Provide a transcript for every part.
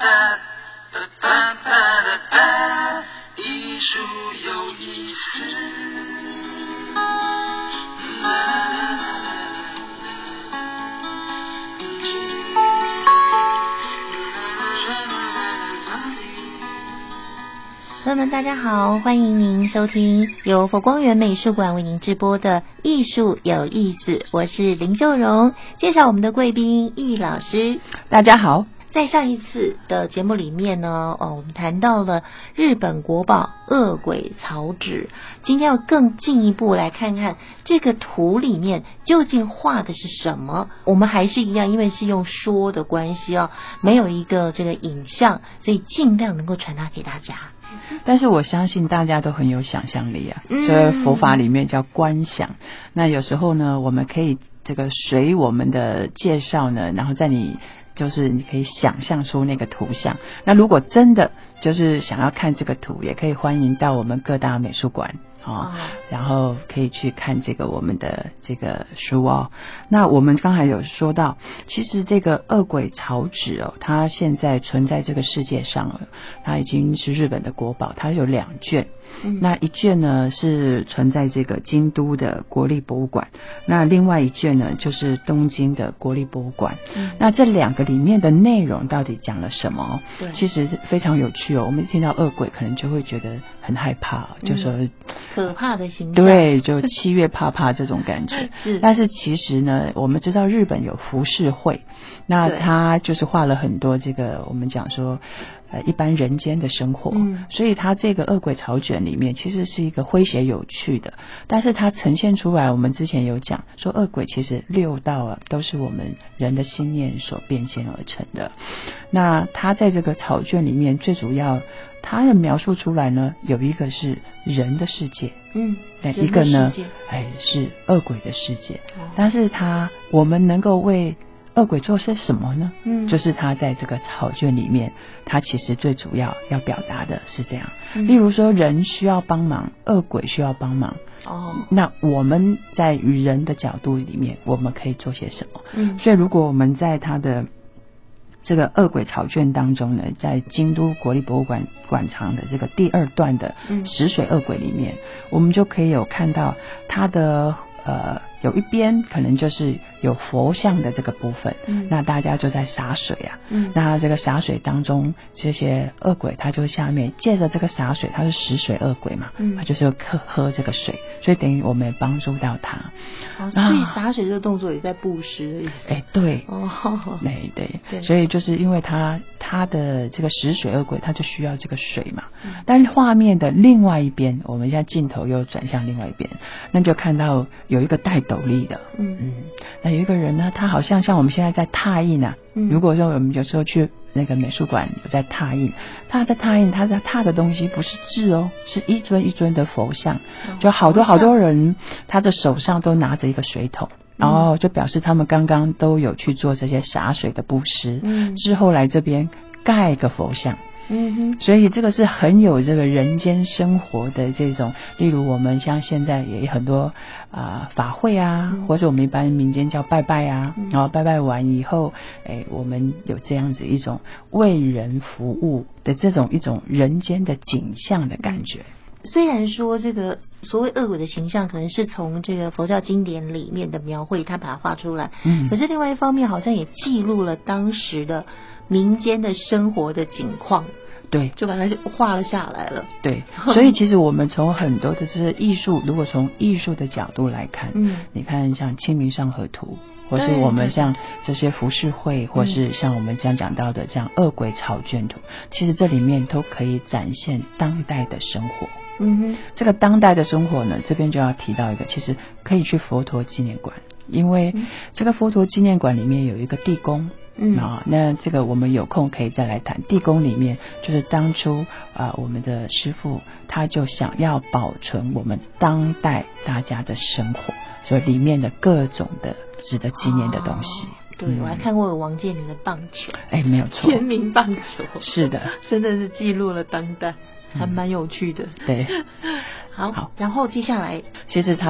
艺术有意思。 朋友们大家好，欢迎您收听由佛光园美术馆为您直播的艺术有意思，我是林秀荣，介绍我们的贵宾易老师。 大家好。 在上一次的节目里面呢，我们谈到了日本国宝恶鬼草纸，今天要更进一步来看看这个图里面究竟画的是什么。我们还是一样，因为是用说的关系没有一个这个影像，所以尽量能够传达给大家。 但是我相信大家都很有想象力啊，这佛法里面叫观想。那有时候呢，我们可以这个随我们的介绍呢，然后你可以想象出那个图像。那如果真的就是想要看这个图，也可以欢迎到我们各大美术馆然后可以去看我们的这个书那我们刚才有说到，其实这个恶鬼草纸它现在存在这个世界上它已经是日本的国宝，它有2卷。那一卷呢是存在这个京都的国立博物馆，那另外一卷呢就是东京的国立博物馆。那这2个里面的内容到底讲了什么？其实非常有趣我们一听到恶鬼可能就会觉得很害怕就说可怕的形象， 对，就7月怕怕这种感觉但是其实呢，我们知道日本有浮世绘，那他就是画了很多我们讲说一般人间的生活所以他这个恶鬼草卷里面其实是一个诙谐有趣的，但是它呈现出来，我们之前有讲说恶鬼其实6道都是我们人的心念所变现而成的。那他在这个草卷里面最主要他的描述出来呢，有一个是人的世界一个呢是恶鬼的世界但是我们能够为恶鬼做些什么呢？就是他在这个草卷里面，他其实最主要要表达的是这样。例如说，人需要帮忙，恶鬼需要帮忙。那我们在与人的角度里面，我们可以做些什么？所以如果我们在他的这个恶鬼草卷当中呢，在京都国立博物馆馆藏的这个第2段的食水恶鬼里面，我们就可以有看到他的有一边可能就是有佛像的这个部分那大家就在洒水那这个洒水当中，这些恶鬼他就下面借着这个洒水，他是食水恶鬼嘛他就是喝这个水，所以等于我们也帮助到他所以洒水这个动作也在布施的意思对对，所以就是因为他的这个食水恶鬼他就需要这个水嘛但是画面的另外一边，我们现在镜头又转向另外一边，那就看到有一个戴斗笠的那有一个人呢，他好像我们现在在拓印如果说我们有时候去那个美术馆有在拓印，他在拓印，他在拓的东西不是字是一尊一尊的佛像就好多人他的手上都拿着一个水桶然后就表示他们刚刚都有去做这些洒水的布施之后来这边盖个佛像所以这个是很有这个人间生活的这种，例如我们像现在也有很多法会或者我们一般民间叫拜拜然后拜拜完以后我们有这样子一种为人服务的这种一种人间的景象的感觉虽然说这个所谓恶鬼的形象可能是从这个佛教经典里面的描绘他把它画出来可是另外一方面好像也记录了当时的民间的生活的景况对， 就把它画了下来了对，所以其实我们从很多的这些艺术，如果从艺术的角度来看你看像清明上河图或是我们像这些浮世绘或是像我们讲到的这样恶鬼草卷图其实这里面都可以展现当代的生活这个当代的生活呢，这边就要提到一个，其实可以去佛陀纪念馆，因为这个佛陀纪念馆里面有一个地宫那这个我们有空可以再来谈。地宫里面就是当初我们的师父他就想要保存我们当代大家的生活，所以里面的各种的值得纪念的东西对，我还看过王健林的棒球没有错， 签名棒球是的， 真的是记录了当代还蛮有趣的对好，然后接下来其实他在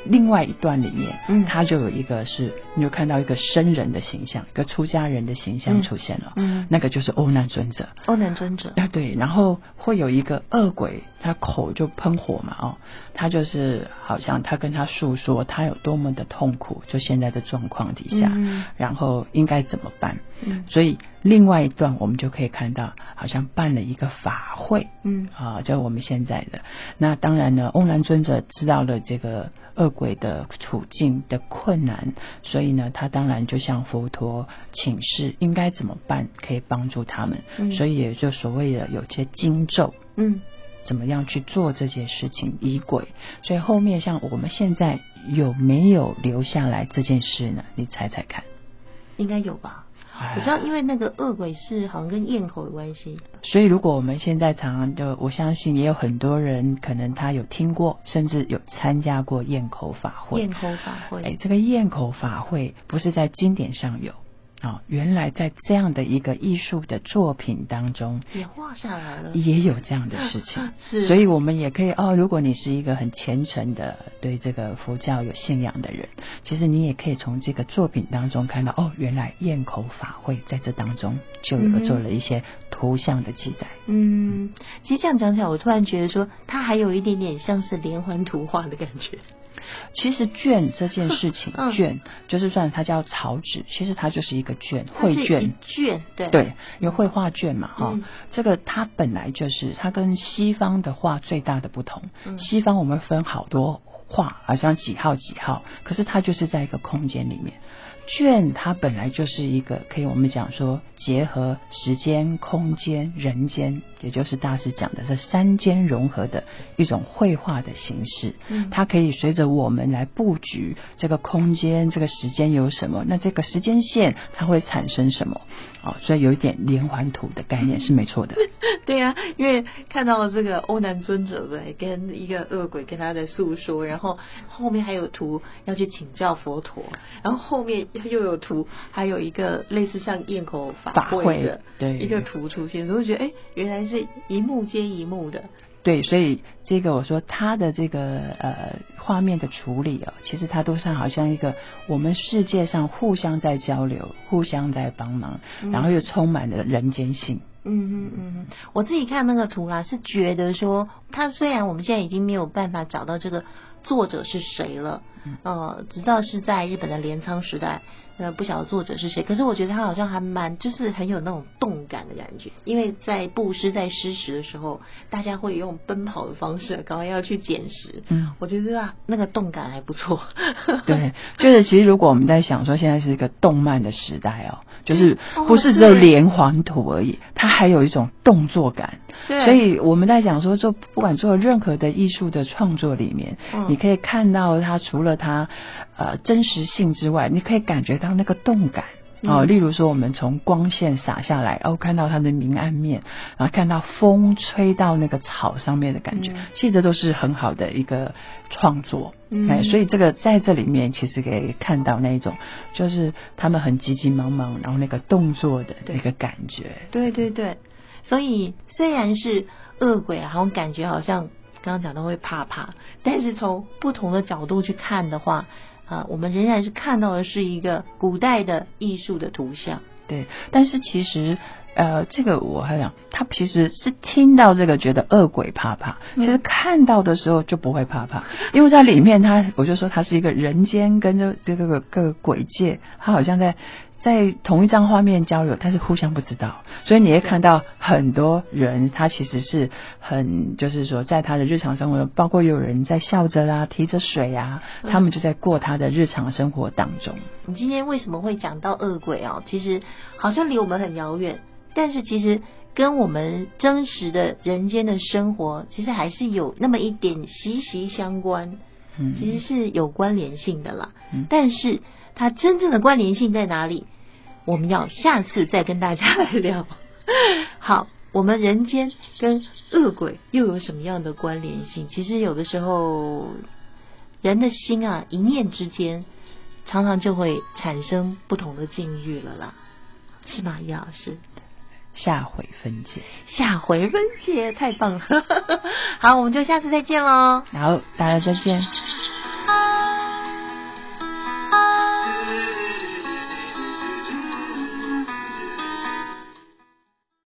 另外一段里面，他就有一个是，你就看到一个僧人的形象，一个出家人的形象出现了，那个就是欧难尊者。 欧难尊者， 对，然后会有一个恶鬼，他口就喷火嘛，他就是好像他跟他诉说他有多么的痛苦，就现在的状况底下，然后应该怎么办。所以另外一段我们就可以看到，好像办了一个法会，就我们现在的。那当然呢，欧难尊者知道了这个恶鬼的处境的困难，所以呢，他当然就向佛陀请示应该怎么办可以帮助他们，所以也就所谓的有些经咒，怎么样去做这件事情仪轨。所以后面像我们现在有没有留下来这件事呢？你猜猜看。 应该有吧。我知道，因为那个恶鬼是好像跟咽口有关系， 所以如果我们现在常常就，我相信也有很多人可能他有听过，甚至有参加过咽口法会。 咽口法会， 这个咽口法会不是在经典上有。原来在这样的一个艺术的作品当中也画下来了， 也有这样的事情。 是， 所以我们也可以如果你是一个很虔诚的对这个佛教有信仰的人，其实你也可以从这个作品当中看到原来咽口法会在这当中就有做了一些图像的记载。 其实这样讲起来，我突然觉得说它还有一点点像是连环图画的感觉。 其实卷这件事情，卷就是算它叫草纸，其实它就是一个卷，绘卷，对，因为绘画卷嘛，这个它本来就是它跟西方的画最大的不同。西方我们分好多画，好像几号几号，可是它就是在一个空间里面。卷它本来就是一个可以我们讲说结合时间、空间、人间，也就是大师讲的这三间融合的一种绘画的形式。它可以随着我们来布局这个空间，这个时间有什么，那这个时间线它会产生什么，所以有一点连环图的概念是没错的。 对啊，因为看到这个欧难尊者跟一个恶鬼跟他的诉说，然后后面还有图要去请教佛陀，然后后面又有图，还有一个类似像咽口法会的一个图出现，所以我觉得原来是一幕接一幕的。 对，所以这个我说他的这个画面的处理其实它都是好像一个我们世界上互相在交流，互相在帮忙，然后又充满了人间性。 我自己看那个图啦，是觉得说，他虽然我们现在已经没有办法找到这个作者是谁了，直到是在日本的镰仓时代，不晓得作者是谁，可是我觉得他好像还蛮就是很有那种动感的感觉，因为在布施在施食的时候，大家会用奔跑的方式，赶快要去捡食，我觉得那个动感还不错。对， 就是其实如果我们在想说现在是一个动漫的时代就是不是只有连环图而已，它还有一种动作感。对，所以我们在讲说不管做任何的艺术的创作里面，你可以看到它除了它真实性之外，你可以感觉到那个动感。例如说我们从光线洒下来，看到它的明暗面，然后看到风吹到那个草上面的感觉，其实这都是很好的一个创作。所以这个在这里面其实可以看到那种就是他们很急急忙忙，然后那个动作的那个感觉。对对对， 所以虽然是恶鬼好像感觉好像刚刚讲到会怕，但是从不同的角度去看的话，我们仍然是看到的是一个古代的艺术的图像。 对，但是其实这个我还想，他其实是听到这个觉得恶鬼怕，其实看到的时候就不会怕，因为在里面我就说它是一个人间跟这个鬼界，它好像在同一张画面交流，但是互相不知道，所以你会看到很多人他其实是很就是说在他的日常生活，包括有人在笑着啦，提着水啊，他们就在过他的日常生活当中。 你今天为什么会讲到恶鬼其实好像离我们很遥远，但是其实跟我们真实的人间的生活其实还是有那么一点息息相关，其实是有关联性的啦。但是它真正的关联性在哪里？我们要下次再跟大家来聊。好，我们人间跟恶鬼又有什么样的关联性？其实有的时候人的心一念之间常常就会产生不同的境遇了啦，是吗？叶老师， 下回分解， 下回分解，太棒了。好，我们就下次再见咯。 好，大家再见。